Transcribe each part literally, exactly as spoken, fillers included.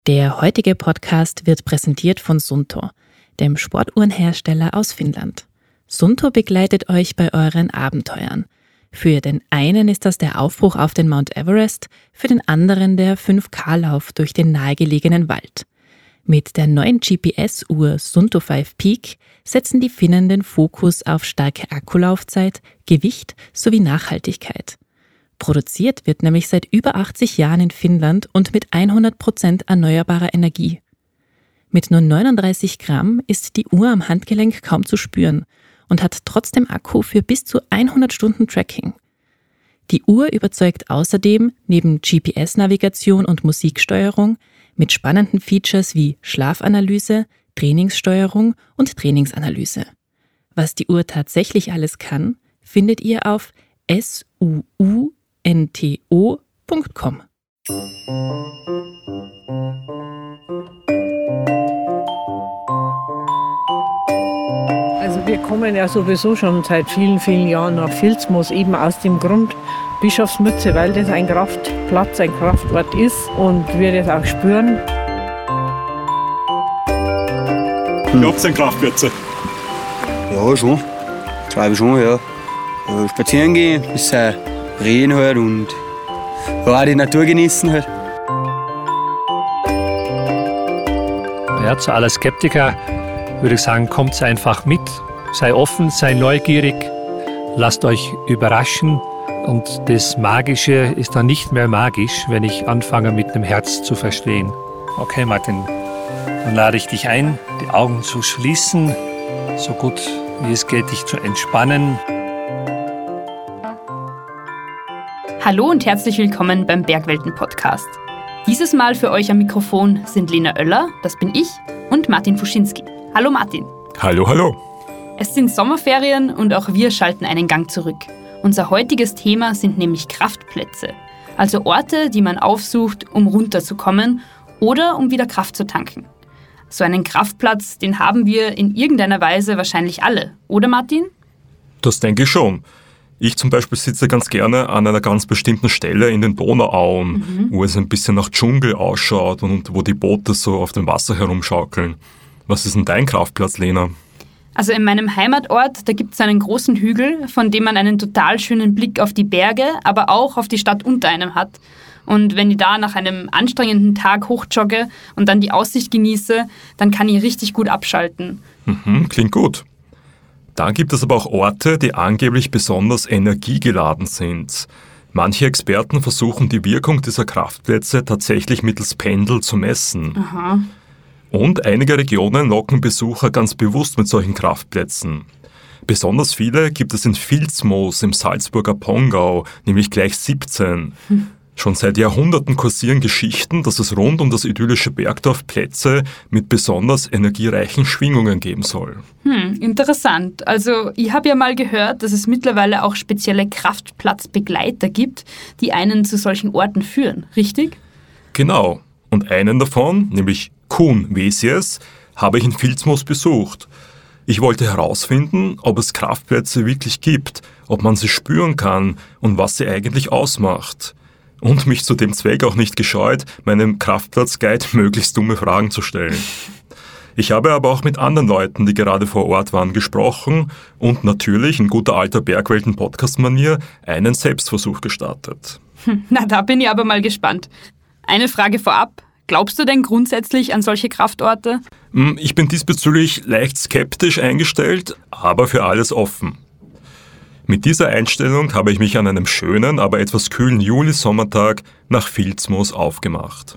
Der heutige Podcast wird präsentiert von Suunto, dem Sportuhrenhersteller aus Finnland. Suunto begleitet euch bei euren Abenteuern. Für den einen ist das der Aufbruch auf den Mount Everest, für den anderen der fünf K-Lauf durch den nahegelegenen Wald. Mit der neuen G P S-Uhr Suunto fünf Peak setzen die Finnen den Fokus auf starke Akkulaufzeit, Gewicht sowie Nachhaltigkeit. Produziert wird nämlich seit über achtzig Jahren in Finnland und mit hundert Prozent erneuerbarer Energie. Mit nur neununddreißig Gramm ist die Uhr am Handgelenk kaum zu spüren und hat trotzdem Akku für bis zu hundert Stunden Tracking. Die Uhr überzeugt außerdem neben G P S-Navigation und Musiksteuerung mit spannenden Features wie Schlafanalyse, Trainingssteuerung und Trainingsanalyse. Was die Uhr tatsächlich alles kann, findet ihr auf suunto punkt com. Also wir kommen ja sowieso schon seit vielen, vielen Jahren nach Filzmoos, eben aus dem Grund Bischofsmütze, weil das ein Kraftplatz, ein Kraftort ist und wir das auch spüren. Glaubt es an Kraftplätze? Ja, schon. Glaube schon, ja. ja spazieren gehen, ein bisschen reden halt und ja, die Natur genießen halt. Ja, zu aller Skeptiker würde ich sagen, kommt einfach mit. Sei offen, sei neugierig, lasst euch überraschen. Und das Magische ist dann nicht mehr magisch, wenn ich anfange, mit dem Herz zu verstehen. Okay, Martin, dann lade ich dich ein, die Augen zu schließen, so gut wie es geht, dich zu entspannen. Hallo und herzlich willkommen beim Bergwelten-Podcast. Dieses Mal für euch am Mikrofon sind Lena Oeller, das bin ich, und Martin Fuschinski. Hallo Martin. Hallo, hallo. Es sind Sommerferien und auch wir schalten einen Gang zurück. Unser heutiges Thema sind nämlich Kraftplätze, also Orte, die man aufsucht, um runterzukommen oder um wieder Kraft zu tanken. So einen Kraftplatz, den haben wir in irgendeiner Weise wahrscheinlich alle, oder Martin? Das denke ich schon. Ich zum Beispiel sitze ganz gerne an einer ganz bestimmten Stelle in den Donauauen, mhm. wo es ein bisschen nach Dschungel ausschaut und wo die Boote so auf dem Wasser herumschaukeln. Was ist denn dein Kraftplatz, Lena? Also in meinem Heimatort, da gibt es einen großen Hügel, von dem man einen total schönen Blick auf die Berge, aber auch auf die Stadt unter einem hat. Und wenn ich da nach einem anstrengenden Tag hochjogge und dann die Aussicht genieße, dann kann ich richtig gut abschalten. Mhm, klingt gut. Dann gibt es aber auch Orte, die angeblich besonders energiegeladen sind. Manche Experten versuchen die Wirkung dieser Kraftplätze tatsächlich mittels Pendel zu messen. Aha. Und einige Regionen locken Besucher ganz bewusst mit solchen Kraftplätzen. Besonders viele gibt es in Filzmoos im Salzburger Pongau, nämlich gleich siebzehn. Hm. Schon seit Jahrhunderten kursieren Geschichten, dass es rund um das idyllische Bergdorf Plätze mit besonders energiereichen Schwingungen geben soll. Hm, interessant. Also ich habe ja mal gehört, dass es mittlerweile auch spezielle Kraftplatzbegleiter gibt, die einen zu solchen Orten führen, richtig? Genau. Und einen davon, nämlich Kuhn Wesies, habe ich in Filzmoos besucht. Ich wollte herausfinden, ob es Kraftplätze wirklich gibt, ob man sie spüren kann und was sie eigentlich ausmacht. Und mich zu dem Zweck auch nicht gescheut, meinem Kraftplatzguide möglichst dumme Fragen zu stellen. Ich habe aber auch mit anderen Leuten, die gerade vor Ort waren, gesprochen und natürlich in guter alter Bergwelten-Podcast-Manier einen Selbstversuch gestartet. Hm, na, da bin ich aber mal gespannt. Eine Frage vorab. Glaubst du denn grundsätzlich an solche Kraftorte? Ich bin diesbezüglich leicht skeptisch eingestellt, aber für alles offen. Mit dieser Einstellung habe ich mich an einem schönen, aber etwas kühlen Juli-Sommertag nach Filzmoos aufgemacht.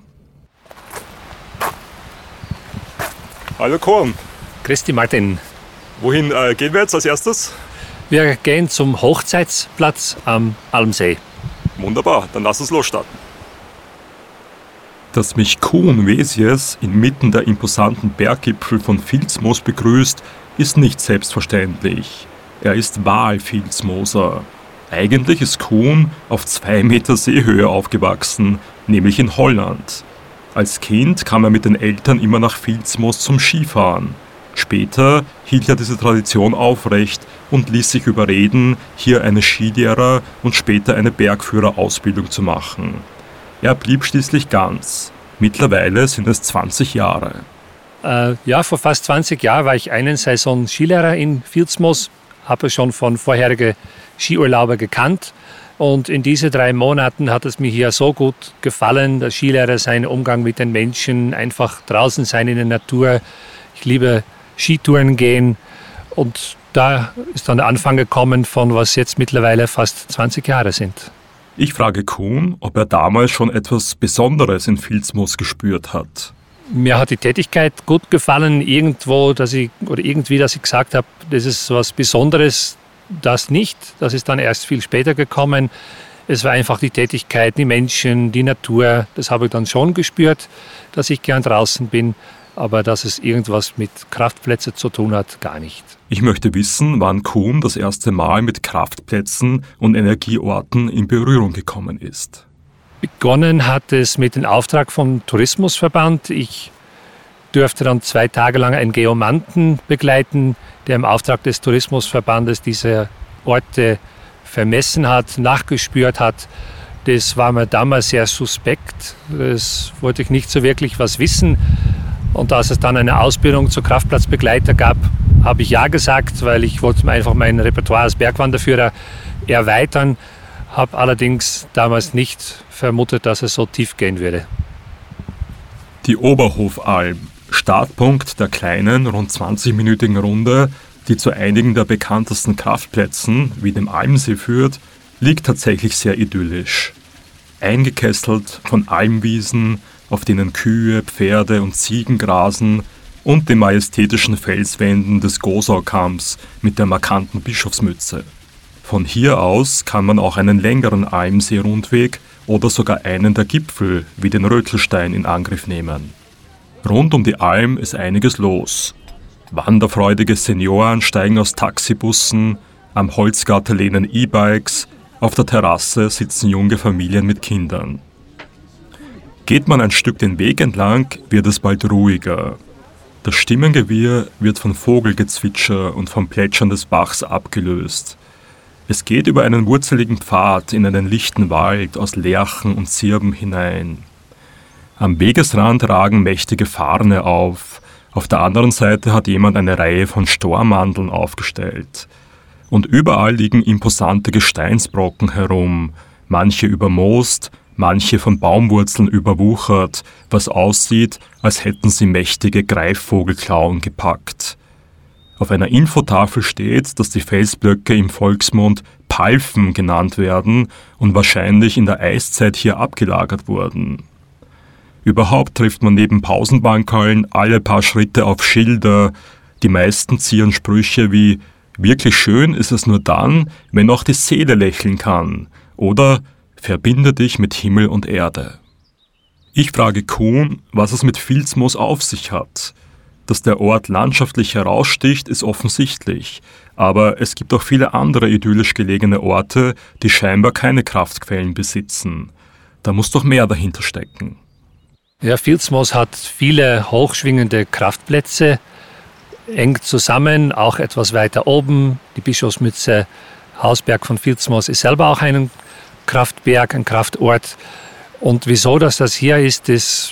Hallo Korn. Christi Martin. Wohin äh, gehen wir jetzt als erstes? Wir gehen zum Hochzeitsplatz am Almsee. Wunderbar, dann lass uns losstarten. Dass mich Kuhn Wesies inmitten der imposanten Berggipfel von Filzmoos begrüßt, ist nicht selbstverständlich. Er ist Wahlfilzmooser. Eigentlich ist Kuhn auf zwei Meter Seehöhe aufgewachsen, nämlich in Holland. Als Kind kam er mit den Eltern immer nach Filzmoos zum Skifahren. Später hielt er diese Tradition aufrecht und ließ sich überreden, hier eine Skilehrer- und später eine Bergführerausbildung zu machen. Er blieb schließlich ganz. Mittlerweile sind es zwanzig Jahre. Äh, ja, vor fast zwanzig Jahren war ich einen Saison Skilehrer in Vilsmos, habe schon von vorherigen Skiurlauber gekannt. Und in diesen drei Monaten hat es mir hier so gut gefallen, der Skilehrer, sein Umgang mit den Menschen, einfach draußen sein in der Natur. Ich liebe Skitouren gehen und da ist dann der Anfang gekommen von was jetzt mittlerweile fast zwanzig Jahre sind. Ich frage Kuhn, ob er damals schon etwas Besonderes in Vilsmos gespürt hat. Mir hat die Tätigkeit gut gefallen, irgendwo, dass ich, oder irgendwie, dass ich gesagt habe, das ist was Besonderes, das nicht. Das ist dann erst viel später gekommen. Es war einfach die Tätigkeit, die Menschen, die Natur. Das habe ich dann schon gespürt, dass ich gern draußen bin. Aber dass es irgendwas mit Kraftplätzen zu tun hat, gar nicht. Ich möchte wissen, wann Kuhn das erste Mal mit Kraftplätzen und Energieorten in Berührung gekommen ist. Begonnen hat es mit dem Auftrag vom Tourismusverband. Ich durfte dann zwei Tage lang einen Geomanten begleiten, der im Auftrag des Tourismusverbandes diese Orte vermessen hat, nachgespürt hat. Das war mir damals sehr suspekt. Das wollte ich nicht so wirklich was wissen. Und als es dann eine Ausbildung zur Kraftplatzbegleiter gab, habe ich ja gesagt, weil ich wollte einfach mein Repertoire als Bergwanderführer erweitern, habe allerdings damals nicht vermutet, dass es so tief gehen würde. Die Oberhofalm, Startpunkt der kleinen, rund zwanzigminütigen Runde, die zu einigen der bekanntesten Kraftplätzen, wie dem Almsee, führt, liegt tatsächlich sehr idyllisch. Eingekesselt von Almwiesen, auf denen Kühe, Pferde und Ziegen grasen, und den majestätischen Felswänden des Gosaukamms mit der markanten Bischofsmütze. Von hier aus kann man auch einen längeren Almsee-Rundweg oder sogar einen der Gipfel wie den Rötelstein in Angriff nehmen. Rund um die Alm ist einiges los. Wanderfreudige Senioren steigen aus Taxibussen, am Holzgatter lehnen E-Bikes, auf der Terrasse sitzen junge Familien mit Kindern. Geht man ein Stück den Weg entlang, wird es bald ruhiger. Das Stimmengewirr wird von Vogelgezwitscher und vom Plätschern des Bachs abgelöst. Es geht über einen wurzeligen Pfad in einen lichten Wald aus Lärchen und Zirben hinein. Am Wegesrand ragen mächtige Farne auf. Auf der anderen Seite hat jemand eine Reihe von Stormandeln aufgestellt. Und überall liegen imposante Gesteinsbrocken herum, manche übermoost, manche von Baumwurzeln überwuchert, was aussieht, als hätten sie mächtige Greifvogelklauen gepackt. Auf einer Infotafel steht, dass die Felsblöcke im Volksmund Palfen genannt werden und wahrscheinlich in der Eiszeit hier abgelagert wurden. Überhaupt trifft man neben Pausenbankerln alle paar Schritte auf Schilder. Die meisten zieren Sprüche wie »Wirklich schön ist es nur dann, wenn auch die Seele lächeln kann« oder »Verbinde dich mit Himmel und Erde«. Ich frage Kuhn, was es mit Vilsmos auf sich hat. Dass der Ort landschaftlich heraussticht, ist offensichtlich. Aber es gibt auch viele andere idyllisch gelegene Orte, die scheinbar keine Kraftquellen besitzen. Da muss doch mehr dahinter stecken. Ja, Vilsmos hat viele hochschwingende Kraftplätze, eng zusammen, auch etwas weiter oben. Die Bischofsmütze, Hausberg von Vilsmos, ist selber auch ein Kraftberg, ein Kraftort. Und wieso das das hier ist, das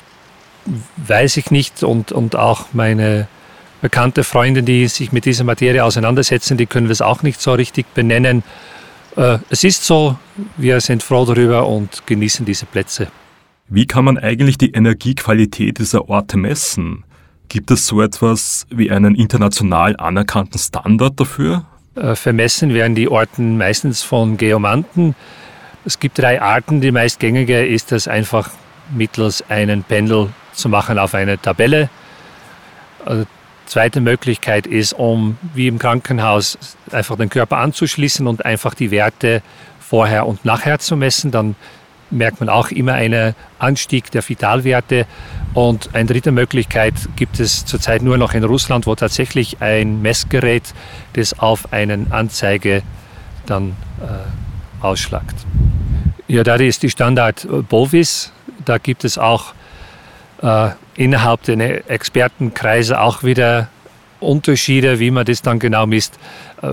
weiß ich nicht. Und, und auch meine bekannte Freunde, die sich mit dieser Materie auseinandersetzen, die können das auch nicht so richtig benennen. Äh, es ist so, wir sind froh darüber und genießen diese Plätze. Wie kann man eigentlich die Energiequalität dieser Orte messen? Gibt es so etwas wie einen international anerkannten Standard dafür? Äh, vermessen werden die Orten meistens von Geomanten. Es gibt drei Arten. Die meistgängige ist es einfach mittels einem Pendel zu machen auf eine Tabelle. Also, zweite Möglichkeit ist, um wie im Krankenhaus einfach den Körper anzuschließen und einfach die Werte vorher und nachher zu messen. Dann merkt man auch immer einen Anstieg der Vitalwerte. Und eine dritte Möglichkeit gibt es zurzeit nur noch in Russland, wo tatsächlich ein Messgerät, das auf einen Anzeige dann äh, ausschlagt. Ja, da ist die Standard Bovis. Da gibt es auch äh, innerhalb der Expertenkreise auch wieder Unterschiede, wie man das dann genau misst. Äh,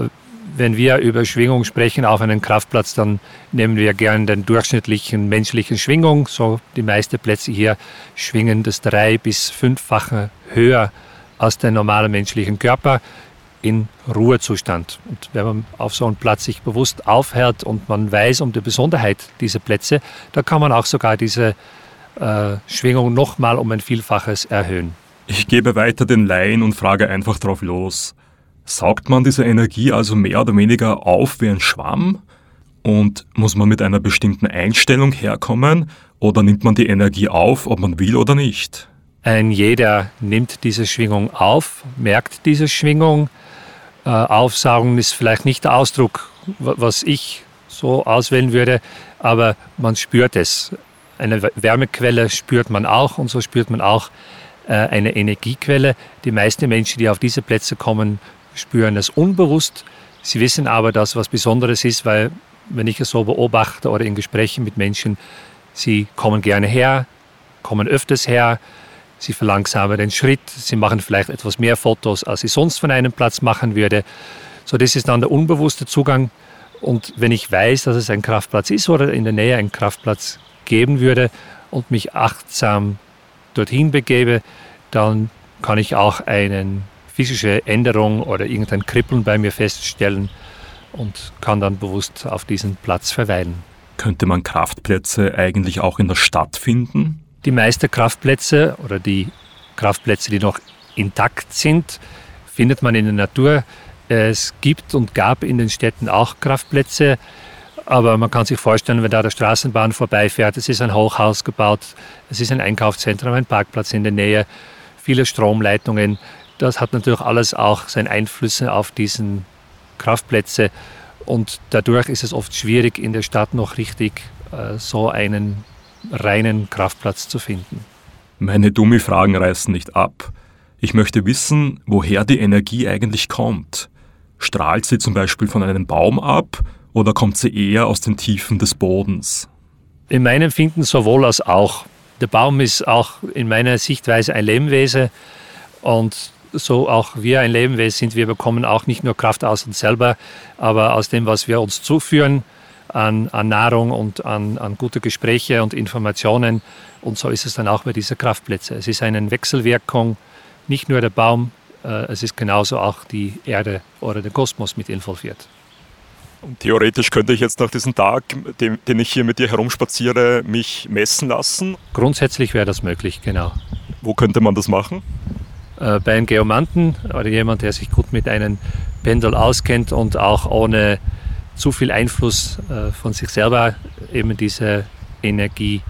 Wenn wir über Schwingung sprechen auf einem Kraftplatz, dann nehmen wir gern den durchschnittlichen menschlichen Schwingung. So die meisten Plätze hier schwingen das drei- bis fünffache höher als der normale menschlichen Körper in Ruhezustand. Und wenn man auf so einem Platz sich bewusst aufhält und man weiß um die Besonderheit dieser Plätze, da kann man auch sogar diese äh, Schwingung nochmal um ein Vielfaches erhöhen. Ich gebe weiter den Laien und frage einfach drauf los. Saugt man diese Energie also mehr oder weniger auf wie ein Schwamm? Und muss man mit einer bestimmten Einstellung herkommen oder nimmt man die Energie auf, ob man will oder nicht? Ein jeder nimmt diese Schwingung auf, merkt diese Schwingung. Äh, Aufsaugen ist vielleicht nicht der Ausdruck, was ich so auswählen würde, aber man spürt es. Eine Wärmequelle spürt man auch und so spürt man auch äh, eine Energiequelle. Die meisten Menschen, die auf diese Plätze kommen, spüren es unbewusst. Sie wissen aber, dass was Besonderes ist, weil, wenn ich es so beobachte oder in Gesprächen mit Menschen, sie kommen gerne her, kommen öfters her, sie verlangsamen den Schritt, sie machen vielleicht etwas mehr Fotos, als sie sonst von einem Platz machen würde. So, das ist dann der unbewusste Zugang. Und wenn ich weiß, dass es ein Kraftplatz ist oder in der Nähe ein Kraftplatz geben würde und mich achtsam dorthin begebe, dann kann ich auch eine physische Änderung oder irgendein Kribbeln bei mir feststellen und kann dann bewusst auf diesen Platz verweilen. Könnte man Kraftplätze eigentlich auch in der Stadt finden? Die meisten Kraftplätze oder die Kraftplätze, die noch intakt sind, findet man in der Natur. Es gibt und gab in den Städten auch Kraftplätze, aber man kann sich vorstellen, wenn da der Straßenbahn vorbeifährt, es ist ein Hochhaus gebaut, es ist ein Einkaufszentrum, ein Parkplatz in der Nähe, viele Stromleitungen. Das hat natürlich alles auch seine Einflüsse auf diesen Kraftplätze und dadurch ist es oft schwierig, in der Stadt noch richtig äh, so einen reinen Kraftplatz zu finden. Meine dummen Fragen reißen nicht ab. Ich möchte wissen, woher die Energie eigentlich kommt. Strahlt sie zum Beispiel von einem Baum ab oder kommt sie eher aus den Tiefen des Bodens? In meinem Empfinden sowohl als auch. Der Baum ist auch in meiner Sichtweise ein Lebewesen und so auch wir ein Lebewesen sind. Wir bekommen auch nicht nur Kraft aus uns selber, aber aus dem, was wir uns zuführen, an, an Nahrung und an, an gute Gespräche und Informationen. Und so ist es dann auch bei diesen Kraftplätzen. Es ist eine Wechselwirkung, nicht nur der Baum, äh, es ist genauso auch die Erde oder der Kosmos mit involviert. Und theoretisch könnte ich jetzt nach diesem Tag, den, den ich hier mit dir herumspaziere, mich messen lassen? Grundsätzlich wäre das möglich, genau. Wo könnte man das machen? Äh, bei einem Geomanten oder jemand, der sich gut mit einem Pendel auskennt und auch ohne zu viel Einfluss äh, von sich selber eben diese Energie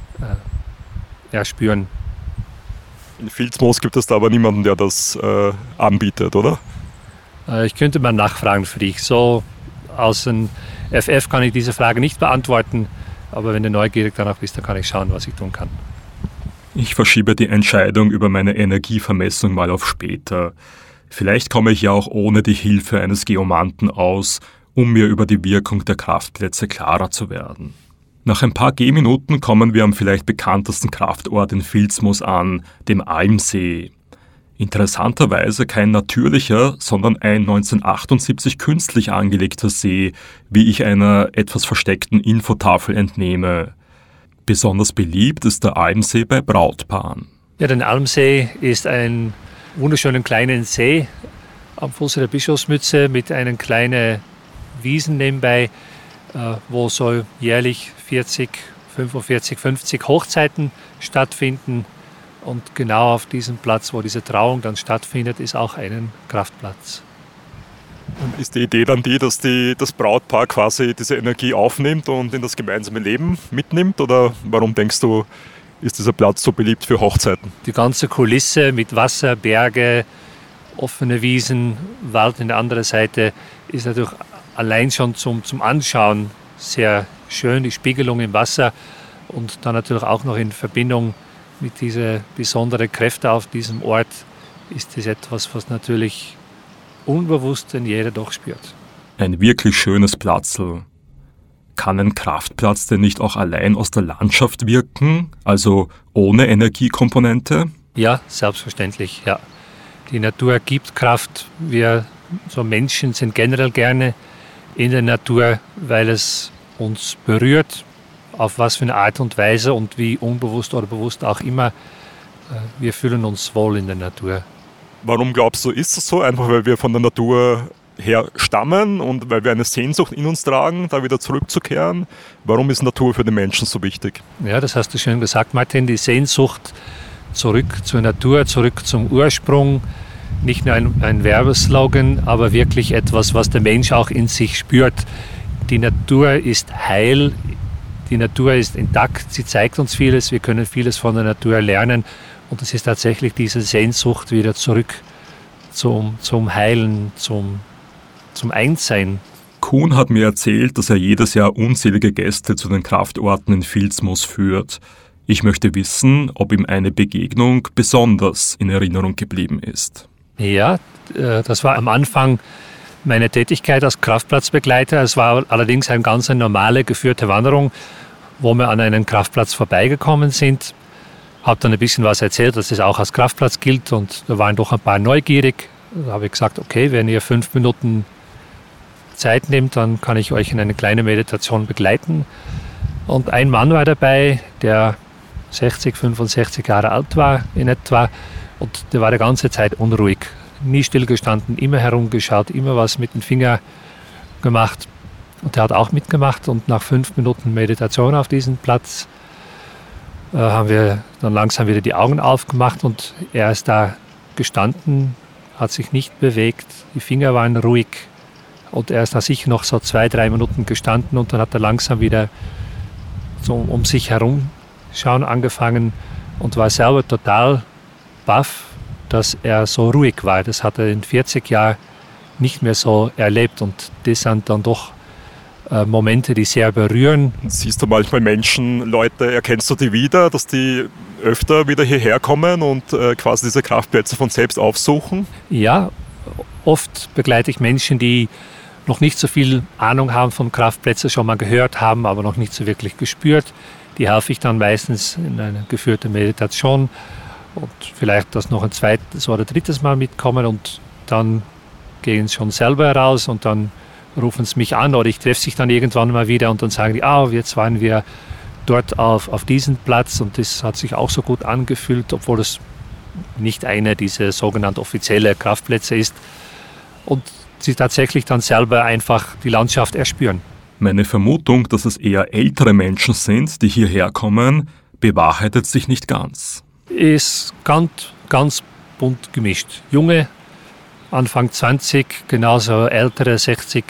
äh, erspüren. In Vilsmos gibt es da aber niemanden, der das äh, anbietet, oder? Äh, ich könnte mal nachfragen für dich. So aus dem F F kann ich diese Frage nicht beantworten, aber wenn du neugierig danach bist, dann kann ich schauen, was ich tun kann. Ich verschiebe die Entscheidung über meine Energievermessung mal auf später. Vielleicht komme ich ja auch ohne die Hilfe eines Geomanten aus, um mir über die Wirkung der Kraftplätze klarer zu werden. Nach ein paar Gehminuten kommen wir am vielleicht bekanntesten Kraftort in Vilsmos an, dem Almsee. Interessanterweise kein natürlicher, sondern ein neunzehnhundertachtundsiebzig künstlich angelegter See, wie ich einer etwas versteckten Infotafel entnehme. Besonders beliebt ist der Almsee bei Brautpaaren. Ja, der Almsee ist ein wunderschöner kleiner See am Fuße der Bischofsmütze mit einem kleinen Wiesen nebenbei, wo so jährlich vierzig, fünfundvierzig, fünfzig Hochzeiten stattfinden. Und genau auf diesem Platz, wo diese Trauung dann stattfindet, ist auch ein Kraftplatz. Und ist die Idee dann die, dass die, das Brautpaar quasi diese Energie aufnimmt und in das gemeinsame Leben mitnimmt? Oder warum denkst du, ist dieser Platz so beliebt für Hochzeiten? Die ganze Kulisse mit Wasser, Berge, offene Wiesen, Wald in der anderen Seite ist natürlich allein schon zum, zum Anschauen sehr schön, die Spiegelung im Wasser und dann natürlich auch noch in Verbindung mit diesen besonderen Kräften auf diesem Ort ist das etwas, was natürlich unbewusst denn jeder doch spürt. Ein wirklich schönes Platzl. Kann ein Kraftplatz denn nicht auch allein aus der Landschaft wirken, also ohne Energiekomponente? Ja, selbstverständlich, ja. Die Natur gibt Kraft. Wir so Menschen sind generell gerne in der Natur, weil es uns berührt, auf was für eine Art und Weise und wie unbewusst oder bewusst auch immer. Wir fühlen uns wohl in der Natur. Warum glaubst du, ist das so? Einfach weil wir von der Natur her stammen und weil wir eine Sehnsucht in uns tragen, da wieder zurückzukehren. Warum ist Natur für den Menschen so wichtig? Ja, das hast du schön gesagt, Martin. Die Sehnsucht zurück zur Natur, zurück zum Ursprung. Nicht nur ein, ein Werbeslogan, aber wirklich etwas, was der Mensch auch in sich spürt. Die Natur ist heil, die Natur ist intakt, sie zeigt uns vieles, wir können vieles von der Natur lernen. Und es ist tatsächlich diese Sehnsucht wieder zurück zum, zum Heilen, zum zum Einssein. Kuhn hat mir erzählt, dass er jedes Jahr unzählige Gäste zu den Kraftorten in Vilsmos führt. Ich möchte wissen, ob ihm eine Begegnung besonders in Erinnerung geblieben ist. Ja, das war am Anfang meine Tätigkeit als Kraftplatzbegleiter. Es war allerdings eine ganz normale geführte Wanderung, wo wir an einem Kraftplatz vorbeigekommen sind. Habe dann ein bisschen was erzählt, dass es auch als Kraftplatz gilt und da waren doch ein paar neugierig. Da habe ich gesagt, okay, wenn ihr fünf Minuten Zeit nehmt, dann kann ich euch in eine kleine Meditation begleiten. Und ein Mann war dabei, der sechzig, fünfundsechzig Jahre alt war in etwa und der war die ganze Zeit unruhig. Nie stillgestanden, immer herumgeschaut, immer was mit dem Finger gemacht. Und der hat auch mitgemacht und nach fünf Minuten Meditation auf diesem Platz äh, haben wir dann langsam wieder die Augen aufgemacht und er ist da gestanden, hat sich nicht bewegt, die Finger waren ruhig. Und er ist da sicher noch so zwei, drei Minuten gestanden und dann hat er langsam wieder so um sich herum schauen angefangen und war selber total baff, dass er so ruhig war. Das hat er in vierzig Jahren nicht mehr so erlebt und das sind dann doch äh, Momente, die sehr berühren. Siehst du manchmal Menschen, Leute, erkennst du die wieder, dass die öfter wieder hierher kommen und äh, quasi diese Kraftplätze von selbst aufsuchen? Ja, oft begleite ich Menschen, die noch nicht so viel Ahnung haben von Kraftplätzen, schon mal gehört haben, aber noch nicht so wirklich gespürt. Die helfe ich dann meistens in einer geführten Meditation und vielleicht das noch ein zweites oder drittes Mal mitkommen und dann gehen sie schon selber raus und dann rufen sie mich an oder ich treffe sich dann irgendwann mal wieder und dann sagen die, ah, jetzt waren wir dort auf, auf diesem Platz und das hat sich auch so gut angefühlt, obwohl es nicht einer dieser sogenannten offiziellen Kraftplätze ist und sie tatsächlich dann selber einfach die Landschaft erspüren. Meine Vermutung, dass es eher ältere Menschen sind, die hierher kommen, bewahrheitet sich nicht ganz. Ist ganz, ganz bunt gemischt. Junge, Anfang zwanzig, genauso ältere, sechzig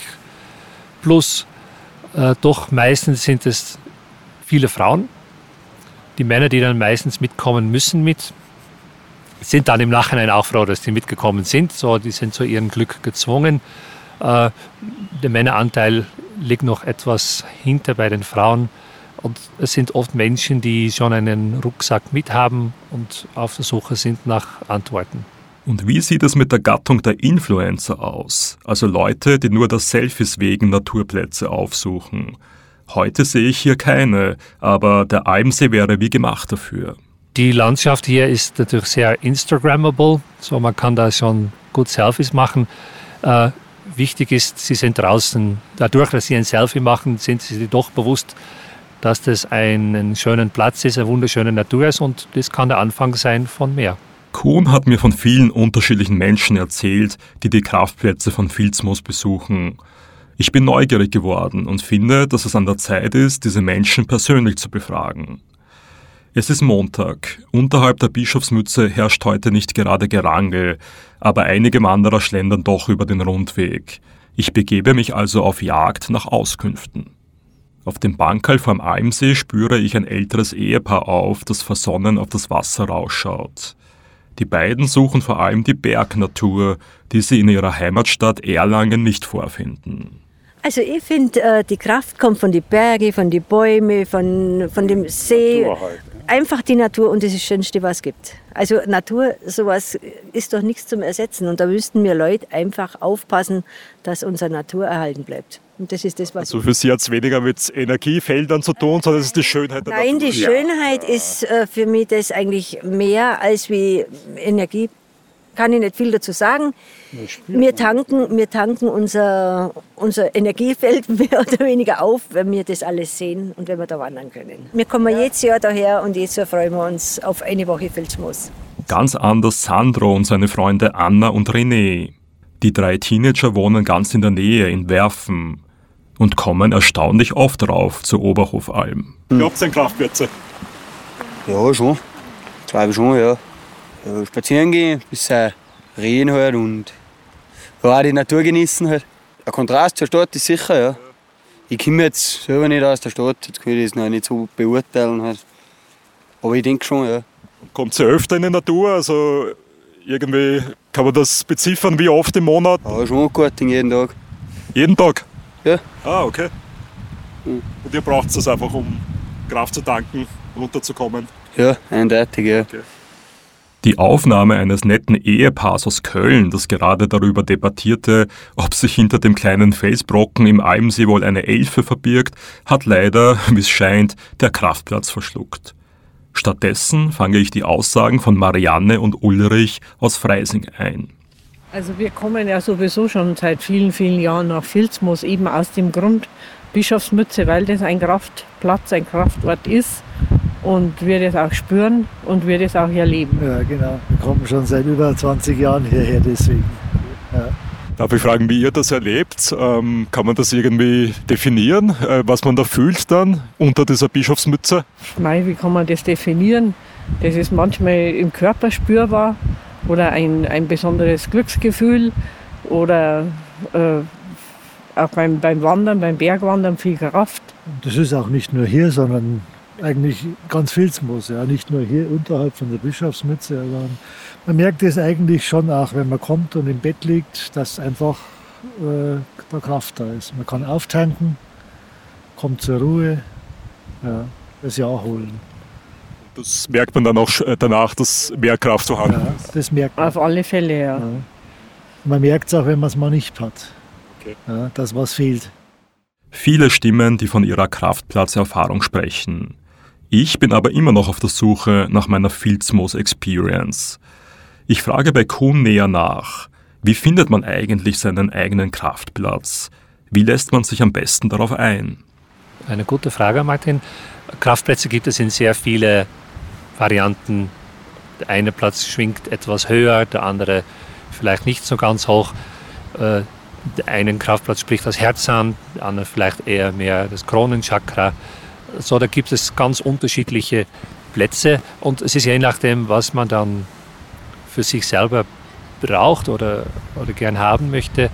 plus. Äh, doch meistens sind es viele Frauen. Die Männer, die dann meistens mitkommen müssen mit, sind dann im Nachhinein auch froh, dass die mitgekommen sind. So, die sind zu ihrem Glück gezwungen. Äh, der Männeranteil liegt noch etwas hinter bei den Frauen. Und es sind oft Menschen, die schon einen Rucksack mithaben und auf der Suche sind nach Antworten. Und wie sieht es mit der Gattung der Influencer aus? Also Leute, die nur der Selfies wegen Naturplätze aufsuchen. Heute sehe ich hier keine, aber der Almsee wäre wie gemacht dafür. Die Landschaft hier ist natürlich sehr Instagrammable, so man kann da schon gut Selfies machen. Äh, wichtig ist, sie sind draußen. Dadurch, dass sie ein Selfie machen, sind sie sich doch bewusst, dass das ein schöner Platz ist, eine wunderschöne Natur ist und das kann der Anfang sein von mehr. Kuhn hat mir von vielen unterschiedlichen Menschen erzählt, die die Kraftplätze von Vilsmos besuchen. Ich bin neugierig geworden und finde, dass es an der Zeit ist, diese Menschen persönlich zu befragen. Es ist Montag. Unterhalb der Bischofsmütze herrscht heute nicht gerade Gerangel, aber einige Wanderer schlendern doch über den Rundweg. Ich begebe mich also auf Jagd nach Auskünften. Auf dem Bankerl vorm Almsee spüre ich ein älteres Ehepaar auf, das versonnen auf das Wasser rausschaut. Die beiden suchen vor allem die Bergnatur, die sie in ihrer Heimatstadt Erlangen nicht vorfinden. Also ich finde, äh, die Kraft kommt von den Bergen, von den Bäumen, von, von dem See. Halt. Einfach die Natur und das ist das Schönste, was es gibt. Also Natur, sowas ist doch nichts zum Ersetzen. Und da müssten wir Leute einfach aufpassen, dass unsere Natur erhalten bleibt. Und das ist das, was also für Sie hat es weniger mit Energiefeldern zu tun, sondern es ist die Schönheit der Nein, Natur. die Schönheit ja. ist äh, für mich das eigentlich mehr als wie Energie. kann ich nicht viel dazu sagen. Wir tanken, wir tanken unser, unser Energiefeld mehr oder weniger auf, wenn wir das alles sehen und wenn wir da wandern können. Wir kommen jedes Jahr daher und jedes Jahr freuen wir uns auf eine Woche Filzmoos. Ganz anders Sandro und seine Freunde Anna und René. Die drei Teenager wohnen ganz in der Nähe in Werfen und kommen erstaunlich oft rauf zur Oberhofalm. Glaubt es an Kraftplätze? Ja, schon. Glaube ich schon, ja. ja spazieren gehen, ein bisschen reden halt und ja, auch die Natur genießen halt. Ein Kontrast zur Stadt ist sicher, ja. Ich komme jetzt selber nicht aus der Stadt, jetzt kann ich das noch nicht so beurteilen halt. Aber ich denke schon, ja. Kommt ihr öfter in die Natur? Also irgendwie kann man das beziffern, wie oft im Monat? Ja, schon gut, jeden Tag. Jeden Tag? Ja. Ah, okay. Und ihr braucht es einfach, um Kraft zu tanken, runterzukommen? Ja, eindeutig, ja. Okay. Die Aufnahme eines netten Ehepaars aus Köln, das gerade darüber debattierte, ob sich hinter dem kleinen Felsbrocken im Almsee wohl eine Elfe verbirgt, hat leider, wie es scheint, der Kraftplatz verschluckt. Stattdessen fange ich die Aussagen von Marianne und Ulrich aus Freising ein. Also wir kommen ja sowieso schon seit vielen, vielen Jahren nach Filzmoos, eben aus dem Grund Bischofsmütze, weil das ein Kraftplatz, ein Kraftort ist und wir das auch spüren und wir das auch erleben. Ja, genau. Wir kommen schon seit über zwanzig Jahren hierher deswegen. Ja. Darf ich fragen, wie ihr das erlebt? Ähm, kann man das irgendwie definieren, äh, was man da fühlt dann unter dieser Bischofsmütze? Mei, wie kann man das definieren? Das ist manchmal im Körper spürbar oder ein, ein besonderes Glücksgefühl oder äh, auch beim, beim Wandern, beim Bergwandern viel Kraft. Das ist auch nicht nur hier, sondern eigentlich ganz Filzmoos. Ja. Nicht nur hier unterhalb von der Bischofsmütze. Aber man merkt es eigentlich schon auch, wenn man kommt und im Bett liegt, dass einfach äh, da Kraft da ist. Man kann auftanken, kommt zur Ruhe, ja, das Jahr holen. Das merkt man dann auch danach, dass mehr Kraft vorhanden ja, ist. Das merkt man. Auf alle Fälle, ja. ja. Man merkt es auch, wenn man es mal nicht hat. Okay. Ja, dass was fehlt. Viele Stimmen, die von ihrer Kraftplatzerfahrung sprechen. Ich bin aber immer noch auf der Suche nach meiner Filzmoos-Experience. Ich frage bei Kuhn näher nach. Wie findet man eigentlich seinen eigenen Kraftplatz? Wie lässt man sich am besten darauf ein? Eine gute Frage, Martin. Kraftplätze gibt es in sehr viele Varianten. Der eine Platz schwingt etwas höher, der andere vielleicht nicht so ganz hoch. Der eine Kraftplatz spricht das Herz an, der andere vielleicht eher mehr das Kronenchakra. So, da gibt es ganz unterschiedliche Plätze und es ist je nachdem, was man dann für sich selber braucht oder, oder gern haben möchte,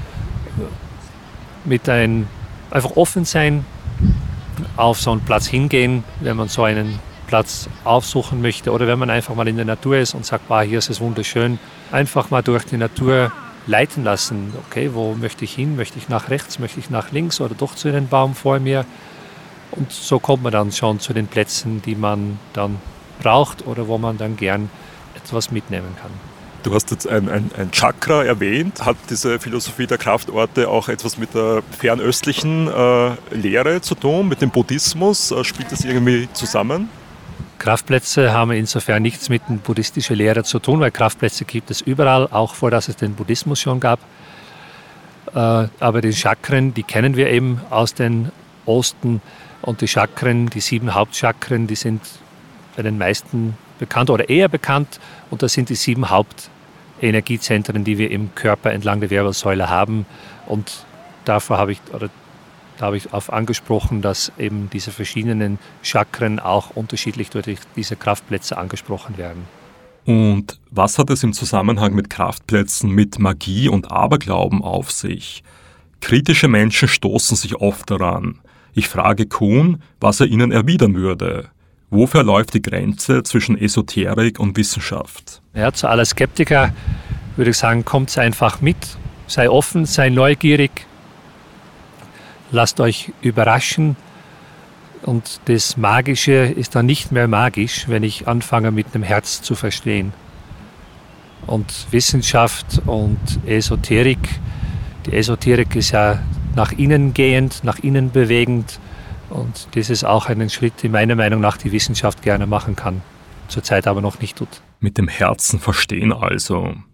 mit ein, einfach offen sein, auf so einen Platz hingehen, wenn man so einen Platz aufsuchen möchte oder wenn man einfach mal in der Natur ist und sagt, wow, hier ist es wunderschön, einfach mal durch die Natur leiten lassen. Okay, wo möchte ich hin? Möchte ich nach rechts? Möchte ich nach links oder doch zu dem Baum vor mir? Und so kommt man dann schon zu den Plätzen, die man dann braucht oder wo man dann gern etwas mitnehmen kann. Du hast jetzt ein, ein, ein Chakra erwähnt. Hat diese Philosophie der Kraftorte auch etwas mit der fernöstlichen äh, Lehre zu tun, mit dem Buddhismus? Äh, spielt das irgendwie zusammen? Kraftplätze haben insofern nichts mit der buddhistischen Lehre zu tun, weil Kraftplätze gibt es überall, auch vor dass es den Buddhismus schon gab. Äh, aber die Chakren, die kennen wir eben aus dem Osten. Und die Chakren, die sieben Hauptchakren, die sind bei den meisten bekannt oder eher bekannt. Und das sind die sieben Hauptenergiezentren, die wir im Körper entlang der Wirbelsäule haben. Und davor habe ich, oder da habe ich auf angesprochen, dass eben diese verschiedenen Chakren auch unterschiedlich durch diese Kraftplätze angesprochen werden. Und was hat es im Zusammenhang mit Kraftplätzen mit Magie und Aberglauben auf sich? Kritische Menschen stoßen sich oft daran. Ich frage Kuhn, was er ihnen erwidern würde. Wo verläuft die Grenze zwischen Esoterik und Wissenschaft? Ja, zu aller Skeptiker würde ich sagen, kommt einfach mit, sei offen, sei neugierig, lasst euch überraschen. Und das Magische ist dann nicht mehr magisch, wenn ich anfange mit dem Herz zu verstehen. Und Wissenschaft und Esoterik, die Esoterik ist ja nach innen gehend, nach innen bewegend. Und das ist auch ein Schritt, den meiner Meinung nach die Wissenschaft gerne machen kann, zurzeit aber noch nicht tut. Mit dem Herzen verstehen also.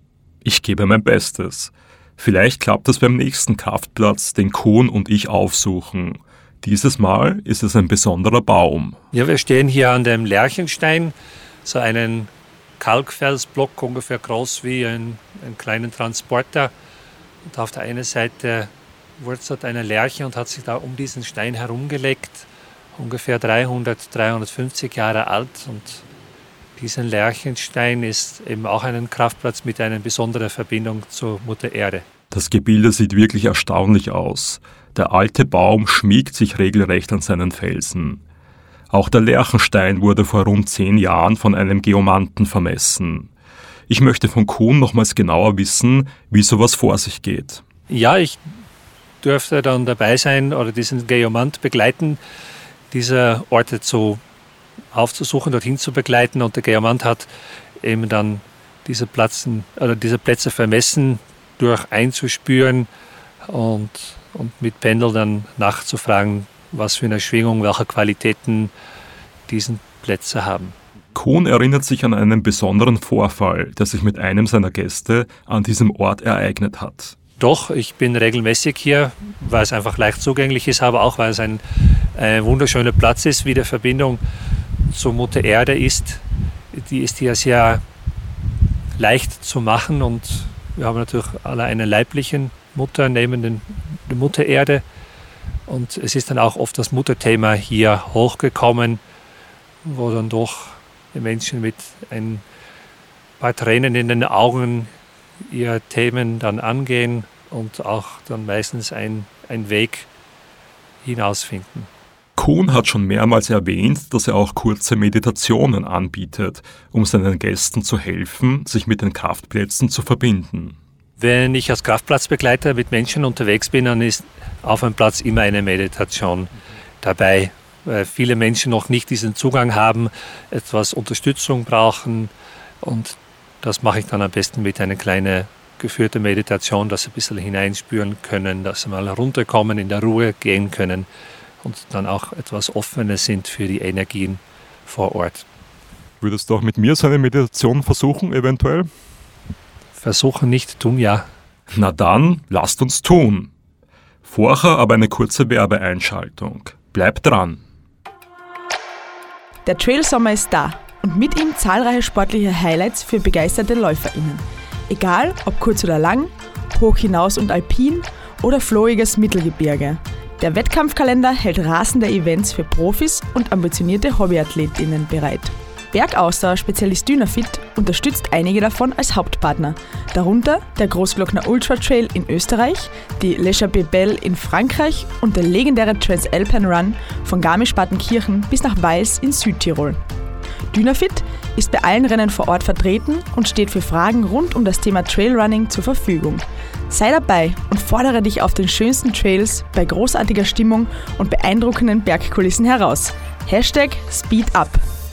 Ich gebe mein Bestes. Vielleicht klappt es beim nächsten Kraftplatz, den Kuhn und ich aufsuchen. Dieses Mal ist es ein besonderer Baum. Ja, wir stehen hier an dem Lerchenstein, so einen Kalkfelsblock, ungefähr groß wie ein, einen kleinen Transporter. Und auf der einen Seite wurzelt eine Lerche und hat sich da um diesen Stein herumgelegt, ungefähr dreihundert, dreihundertfünfzig Jahre alt. Und dieser Lerchenstein ist eben auch ein Kraftplatz mit einer besonderen Verbindung zur Mutter Erde. Das Gebilde sieht wirklich erstaunlich aus. Der alte Baum schmiegt sich regelrecht an seinen Felsen. Auch der Lerchenstein wurde vor rund zehn Jahren von einem Geomanten vermessen. Ich möchte von Kuhn nochmals genauer wissen, wie sowas vor sich geht. Ja, ich dürfte dann dabei sein oder diesen Geomant begleiten, diese Orte zu aufzusuchen, dorthin zu begleiten. Und der Geomant hat eben dann diese, Platzen, oder diese Plätze vermessen, durch einzuspüren und, und mit Pendel dann nachzufragen, was für eine Schwingung, welche Qualitäten diesen Plätze haben. Kuhn erinnert sich an einen besonderen Vorfall, der sich mit einem seiner Gäste an diesem Ort ereignet hat. Doch, ich bin regelmäßig hier, weil es einfach leicht zugänglich ist, aber auch weil es ein, ein wunderschöner Platz ist, wie die Verbindung zur Mutter Erde ist. Die ist hier sehr leicht zu machen und wir haben natürlich alle eine leibliche Mutter neben den, der Mutter Erde. Und es ist dann auch oft das Mutterthema hier hochgekommen, wo dann doch die Menschen mit ein paar Tränen in den Augen ihre Themen dann angehen und auch dann meistens ein, ein Weg hinausfinden. Kuhn hat schon mehrmals erwähnt, dass er auch kurze Meditationen anbietet, um seinen Gästen zu helfen, sich mit den Kraftplätzen zu verbinden. Wenn ich als Kraftplatzbegleiter mit Menschen unterwegs bin, dann ist auf einem Platz immer eine Meditation dabei, weil viele Menschen noch nicht diesen Zugang haben, etwas Unterstützung brauchen und das mache ich dann am besten mit einer kleinen geführten Meditation, dass sie ein bisschen hineinspüren können, dass sie mal runterkommen, in der Ruhe gehen können und dann auch etwas offener sind für die Energien vor Ort. Würdest du auch mit mir so eine Meditation versuchen, eventuell? Versuchen nicht, tun ja. Na dann, lasst uns tun. Vorher aber eine kurze Werbeeinschaltung. Bleibt dran. Der Trailsommer ist da und mit ihm zahlreiche sportliche Highlights für begeisterte LäuferInnen. Egal ob kurz oder lang, hoch hinaus und alpin oder flowiges Mittelgebirge. Der Wettkampfkalender hält rasende Events für Profis und ambitionierte HobbyAthletInnen bereit. Bergausdauer-Spezialist Dynafit unterstützt einige davon als Hauptpartner, darunter der Großglockner Ultra Trail in Österreich, die Le Chappée-Belle in Frankreich und der legendäre Transalpine Run von Garmisch-Partenkirchen bis nach Vals in Südtirol. Dynafit ist bei allen Rennen vor Ort vertreten und steht für Fragen rund um das Thema Trailrunning zur Verfügung. Sei dabei und fordere dich auf den schönsten Trails bei großartiger Stimmung und beeindruckenden Bergkulissen heraus. Hashtag SpeedUp.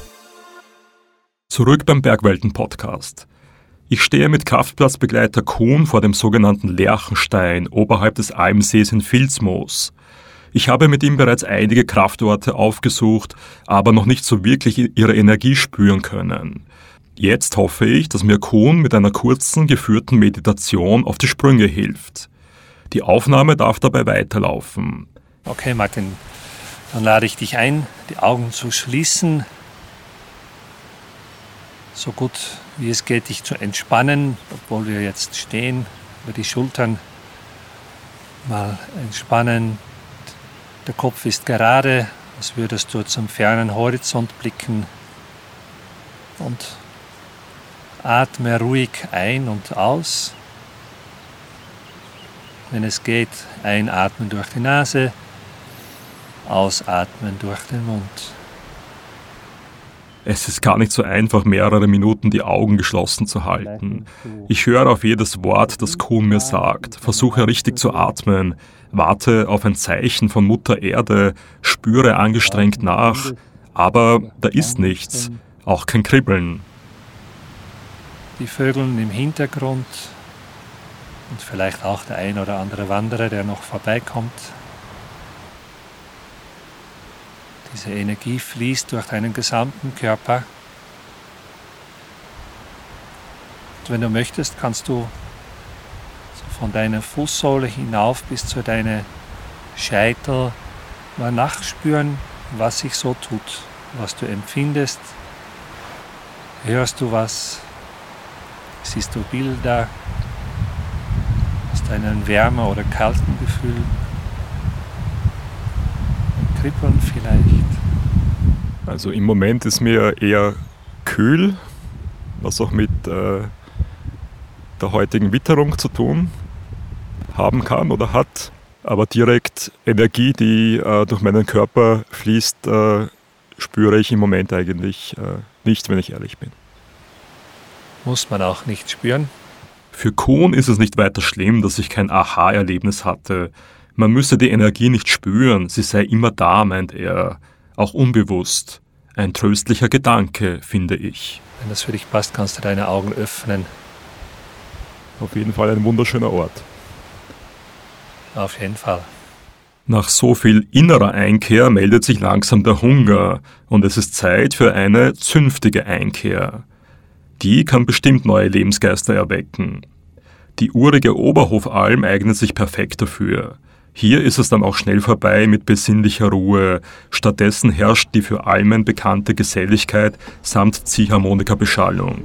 Zurück beim Bergwelten-Podcast. Ich stehe mit Kraftplatzbegleiter Kuhn vor dem sogenannten Lerchenstein oberhalb des Almsees in Vilsmoos. Ich habe mit ihm bereits einige Kraftorte aufgesucht, aber noch nicht so wirklich ihre Energie spüren können. Jetzt hoffe ich, dass mir Kuhn mit einer kurzen, geführten Meditation auf die Sprünge hilft. Die Aufnahme darf dabei weiterlaufen. Okay, Martin, dann lade ich dich ein, die Augen zu schließen. So gut wie es geht, dich zu entspannen, obwohl wir jetzt stehen, über die Schultern mal entspannen. Der Kopf ist gerade, als würdest du zum fernen Horizont blicken und atme ruhig ein und aus. Wenn es geht, einatmen durch die Nase, ausatmen durch den Mund. Es ist gar nicht so einfach, mehrere Minuten die Augen geschlossen zu halten. Ich höre auf jedes Wort, das Kuhn mir sagt, versuche richtig zu atmen, warte auf ein Zeichen von Mutter Erde, spüre angestrengt nach, aber da ist nichts, auch kein Kribbeln. Die Vögel im Hintergrund und vielleicht auch der ein oder andere Wanderer, der noch vorbeikommt. Diese Energie fließt durch deinen gesamten Körper. Und wenn du möchtest, kannst du von deiner Fußsohle hinauf bis zu deiner Scheitel. Mal nachspüren, was sich so tut, was du empfindest. Hörst du was? Siehst du Bilder? Hast du einen wärmer oder kalten Gefühl? Ein Kribbeln vielleicht? Also im Moment ist mir eher kühl, was auch mit äh, der heutigen Witterung zu tun haben kann oder hat. Aber direkt Energie, die äh, durch meinen Körper fließt, äh, spüre ich im Moment eigentlich äh, nicht, wenn ich ehrlich bin. Muss man auch nicht spüren. Für Kuhn ist es nicht weiter schlimm, dass ich kein Aha-Erlebnis hatte. Man müsse die Energie nicht spüren, sie sei immer da, meint er. Auch unbewusst. Ein tröstlicher Gedanke, finde ich. Wenn das für dich passt, kannst du deine Augen öffnen. Auf jeden Fall ein wunderschöner Ort. Auf jeden Fall. Nach so viel innerer Einkehr meldet sich langsam der Hunger und es ist Zeit für eine zünftige Einkehr. Die kann bestimmt neue Lebensgeister erwecken. Die urige Oberhofalm eignet sich perfekt dafür. Hier ist es dann auch schnell vorbei mit besinnlicher Ruhe. Stattdessen herrscht die für Almen bekannte Geselligkeit samt Ziehharmonikabeschallung.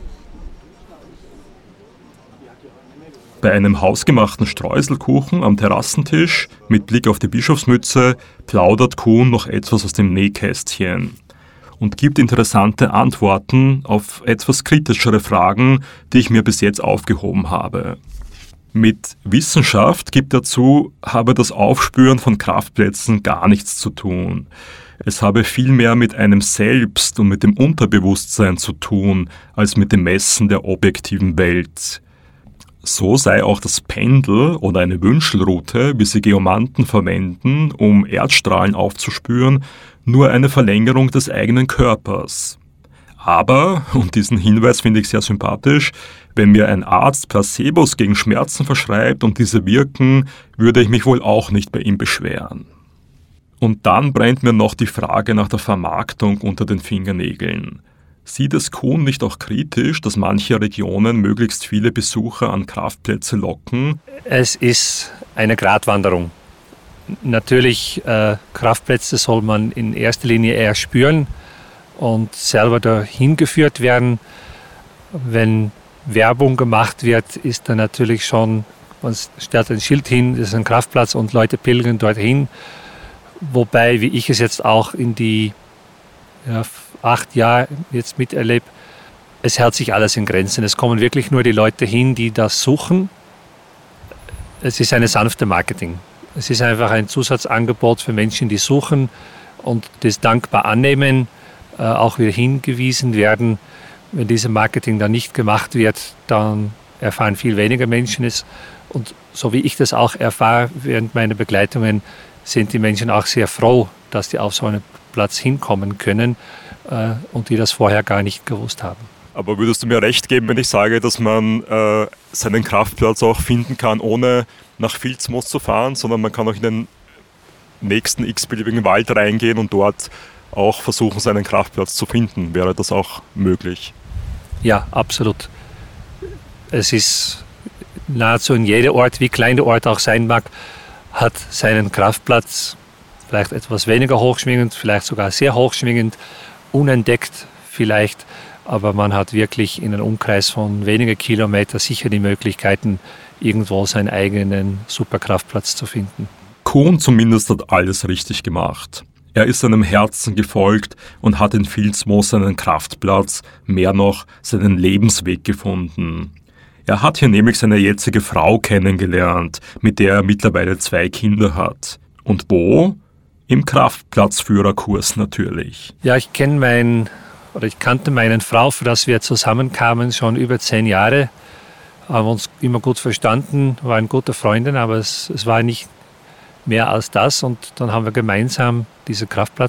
Bei einem hausgemachten Streuselkuchen am Terrassentisch mit Blick auf die Bischofsmütze plaudert Kuhn noch etwas aus dem Nähkästchen und gibt interessante Antworten auf etwas kritischere Fragen, die ich mir bis jetzt aufgehoben habe. Mit Wissenschaft gibt er zu, habe das Aufspüren von Kraftplätzen gar nichts zu tun. Es habe vielmehr mit einem selbst und mit dem Unterbewusstsein zu tun, als mit dem Messen der objektiven Welt. So sei auch das Pendel oder eine Wünschelrute, wie sie Geomanten verwenden, um Erdstrahlen aufzuspüren, nur eine Verlängerung des eigenen Körpers. Aber, und diesen Hinweis finde ich sehr sympathisch, wenn mir ein Arzt Placebos gegen Schmerzen verschreibt und diese wirken, würde ich mich wohl auch nicht bei ihm beschweren. Und dann brennt mir noch die Frage nach der Vermarktung unter den Fingernägeln. Sieht es Kuhn nicht auch kritisch, dass manche Regionen möglichst viele Besucher an Kraftplätze locken? Es ist eine Gratwanderung. Natürlich, äh, Kraftplätze soll man in erster Linie eher spüren und selber dahin geführt werden. Wenn Werbung gemacht wird, ist da natürlich schon, man stellt ein Schild hin, das ist ein Kraftplatz und Leute pilgern dorthin. Wobei, wie ich es jetzt auch in die ja, acht Jahre jetzt miterlebe, es hält sich alles in Grenzen. Es kommen wirklich nur die Leute hin, die das suchen. Es ist eine sanfte Marketing. Es ist einfach ein Zusatzangebot für Menschen, die suchen und das dankbar annehmen, äh, auch wieder hingewiesen werden. Wenn dieses Marketing dann nicht gemacht wird, dann erfahren viel weniger Menschen es. Und so wie ich das auch erfahre während meiner Begleitungen, sind die Menschen auch sehr froh, dass die auf so einen Platz hinkommen können äh, und die das vorher gar nicht gewusst haben. Aber würdest du mir recht geben, wenn ich sage, dass man äh, seinen Kraftplatz auch finden kann, ohne nach Filzmoos zu fahren, sondern man kann auch in den nächsten x-beliebigen Wald reingehen und dort auch versuchen, seinen Kraftplatz zu finden? Wäre das auch möglich? Ja, absolut. Es ist nahezu in jedem Ort, wie klein der Ort auch sein mag, hat seinen Kraftplatz, vielleicht etwas weniger hochschwingend, vielleicht sogar sehr hochschwingend, unentdeckt vielleicht, aber man hat wirklich in einem Umkreis von wenigen Kilometern sicher die Möglichkeiten, irgendwo seinen eigenen Superkraftplatz zu finden. Kuhn zumindest hat alles richtig gemacht. Er ist seinem Herzen gefolgt und hat in Filzmoos seinen Kraftplatz, mehr noch seinen Lebensweg gefunden. Er hat hier nämlich seine jetzige Frau kennengelernt, mit der er mittlerweile zwei Kinder hat. Und wo? Im Kraftplatzführerkurs natürlich. Ja, ich kenne meinen, oder ich kannte meine Frau, für das wir zusammenkamen, schon über zehn Jahre. Haben uns immer gut verstanden, waren gute Freundin, aber es, es war nicht mehr als das. Und dann haben wir gemeinsam diese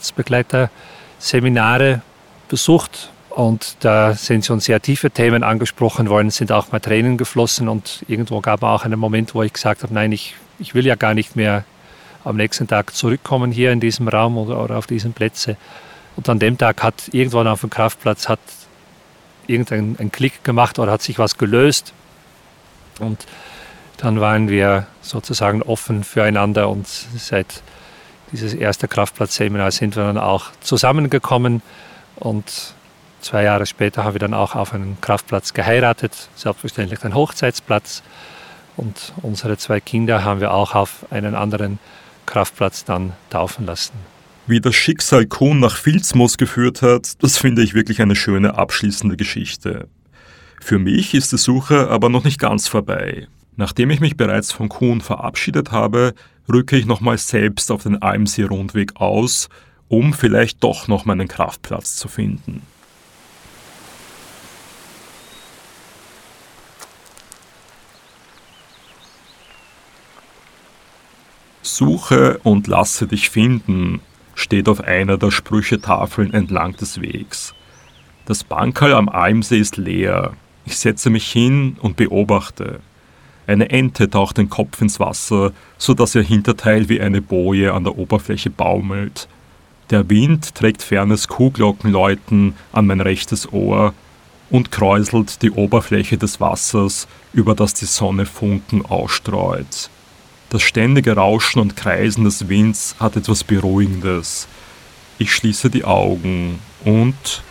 Kraftplatzbegleiter-Seminare besucht. Und da sind schon sehr tiefe Themen angesprochen worden, sind auch mal Tränen geflossen. Und irgendwo gab es auch einen Moment, wo ich gesagt habe, nein, ich, ich will ja gar nicht mehr am nächsten Tag zurückkommen hier in diesem Raum oder, oder auf diesen Plätze. Und an dem Tag hat irgendwann auf dem Kraftplatz hat irgendein ein Klick gemacht oder hat sich was gelöst. Und Dann waren wir sozusagen offen füreinander und seit dieses erste Kraftplatzseminar sind wir dann auch zusammengekommen und zwei Jahre später haben wir dann auch auf einen Kraftplatz geheiratet, selbstverständlich ein Hochzeitsplatz, und unsere zwei Kinder haben wir auch auf einen anderen Kraftplatz dann taufen lassen. Wie das Schicksal Kuhn nach Filzmoos geführt hat, das finde ich wirklich eine schöne abschließende Geschichte. Für mich ist die Suche aber noch nicht ganz vorbei. Nachdem ich mich bereits von Kuhn verabschiedet habe, rücke ich nochmals selbst auf den Almsee-Rundweg aus, um vielleicht doch noch meinen Kraftplatz zu finden. Suche und lasse dich finden, steht auf einer der Sprüchetafeln entlang des Wegs. Das Bankerl am Almsee ist leer. Ich setze mich hin und beobachte. Eine Ente taucht den Kopf ins Wasser, sodass ihr Hinterteil wie eine Boje an der Oberfläche baumelt. Der Wind trägt fernes Kuhglockenläuten an mein rechtes Ohr und kräuselt die Oberfläche des Wassers, über das die Sonne Funken ausstreut. Das ständige Rauschen und Kreisen des Winds hat etwas Beruhigendes. Ich schließe die Augen und...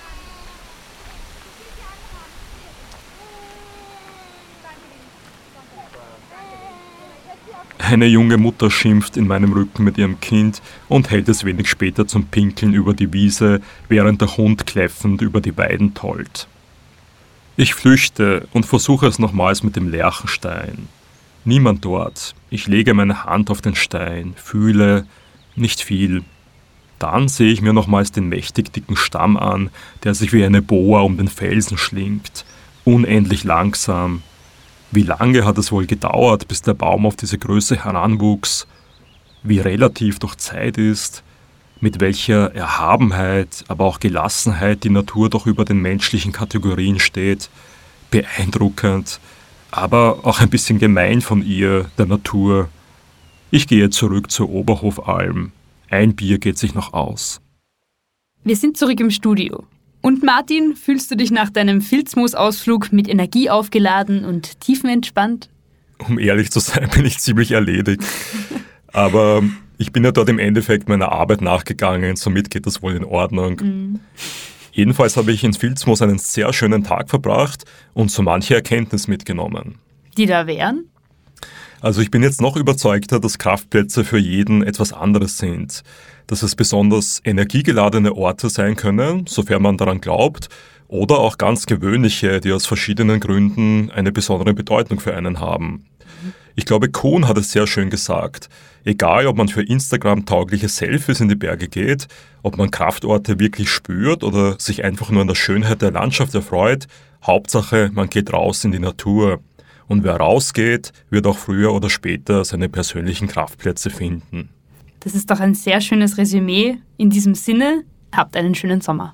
Eine junge Mutter schimpft in meinem Rücken mit ihrem Kind und hält es wenig später zum Pinkeln über die Wiese, während der Hund kläffend über die Weiden tollt. Ich flüchte und versuche es nochmals mit dem Lerchenstein. Niemand dort. Ich lege meine Hand auf den Stein, fühle nicht viel. Dann sehe ich mir nochmals den mächtig dicken Stamm an, der sich wie eine Boa um den Felsen schlingt. Unendlich langsam. Wie lange hat es wohl gedauert, bis der Baum auf diese Größe heranwuchs? Wie relativ doch Zeit ist? Mit welcher Erhabenheit, aber auch Gelassenheit die Natur doch über den menschlichen Kategorien steht? Beeindruckend, aber auch ein bisschen gemein von ihr, der Natur. Ich gehe zurück zur Oberhofalm. Ein Bier geht sich noch aus. Wir sind zurück im Studio. Und Martin, fühlst du dich nach deinem Filzmoos-Ausflug mit Energie aufgeladen und tiefenentspannt? Um ehrlich zu sein, bin ich ziemlich erledigt. Aber ich bin ja dort im Endeffekt meiner Arbeit nachgegangen, somit geht das wohl in Ordnung. Mhm. Jedenfalls habe ich in Filzmoos einen sehr schönen Tag verbracht und so manche Erkenntnis mitgenommen. Die da wären? Also ich bin jetzt noch überzeugter, dass Kraftplätze für jeden etwas anderes sind. Dass es besonders energiegeladene Orte sein können, sofern man daran glaubt, oder auch ganz gewöhnliche, die aus verschiedenen Gründen eine besondere Bedeutung für einen haben. Ich glaube, Kuhn hat es sehr schön gesagt. Egal, ob man für Instagram taugliche Selfies in die Berge geht, ob man Kraftorte wirklich spürt oder sich einfach nur an der Schönheit der Landschaft erfreut, Hauptsache, man geht raus in die Natur. Und wer rausgeht, wird auch früher oder später seine persönlichen Kraftplätze finden. Das ist doch ein sehr schönes Resümee. In diesem Sinne, habt einen schönen Sommer.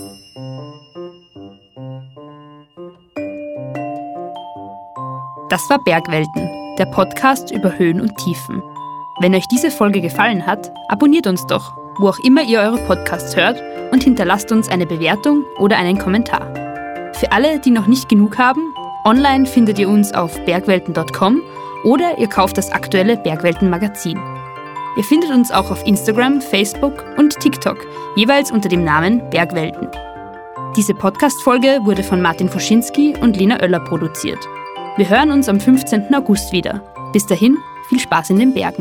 Das war Bergwelten, der Podcast über Höhen und Tiefen. Wenn euch diese Folge gefallen hat, abonniert uns doch, wo auch immer ihr eure Podcasts hört, und hinterlasst uns eine Bewertung oder einen Kommentar. Für alle, die noch nicht genug haben, online findet ihr uns auf bergwelten punkt com oder ihr kauft das aktuelle Bergwelten-Magazin. Ihr findet uns auch auf Instagram, Facebook und TikTok, jeweils unter dem Namen Bergwelten. Diese Podcast-Folge wurde von Martin Foschinski und Lena Oeller produziert. Wir hören uns am fünfzehnten August wieder. Bis dahin, viel Spaß in den Bergen.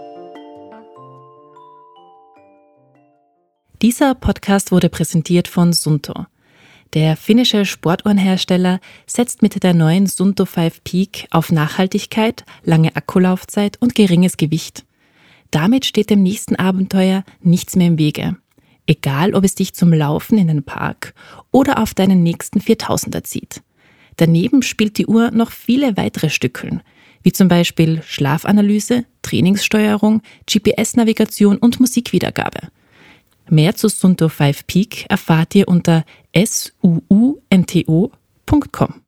Dieser Podcast wurde präsentiert von Suunto. Der finnische Sportuhrenhersteller setzt mit der neuen Suunto fünf Peak auf Nachhaltigkeit, lange Akkulaufzeit und geringes Gewicht. Damit steht dem nächsten Abenteuer nichts mehr im Wege. Egal, ob es dich zum Laufen in den Park oder auf deinen nächsten viertausender zieht. Daneben spielt die Uhr noch viele weitere Stückeln, wie zum Beispiel Schlafanalyse, Trainingssteuerung, G P S-Navigation und Musikwiedergabe. Mehr zu Suunto fünf Peak erfahrt ihr unter suunto punkt com.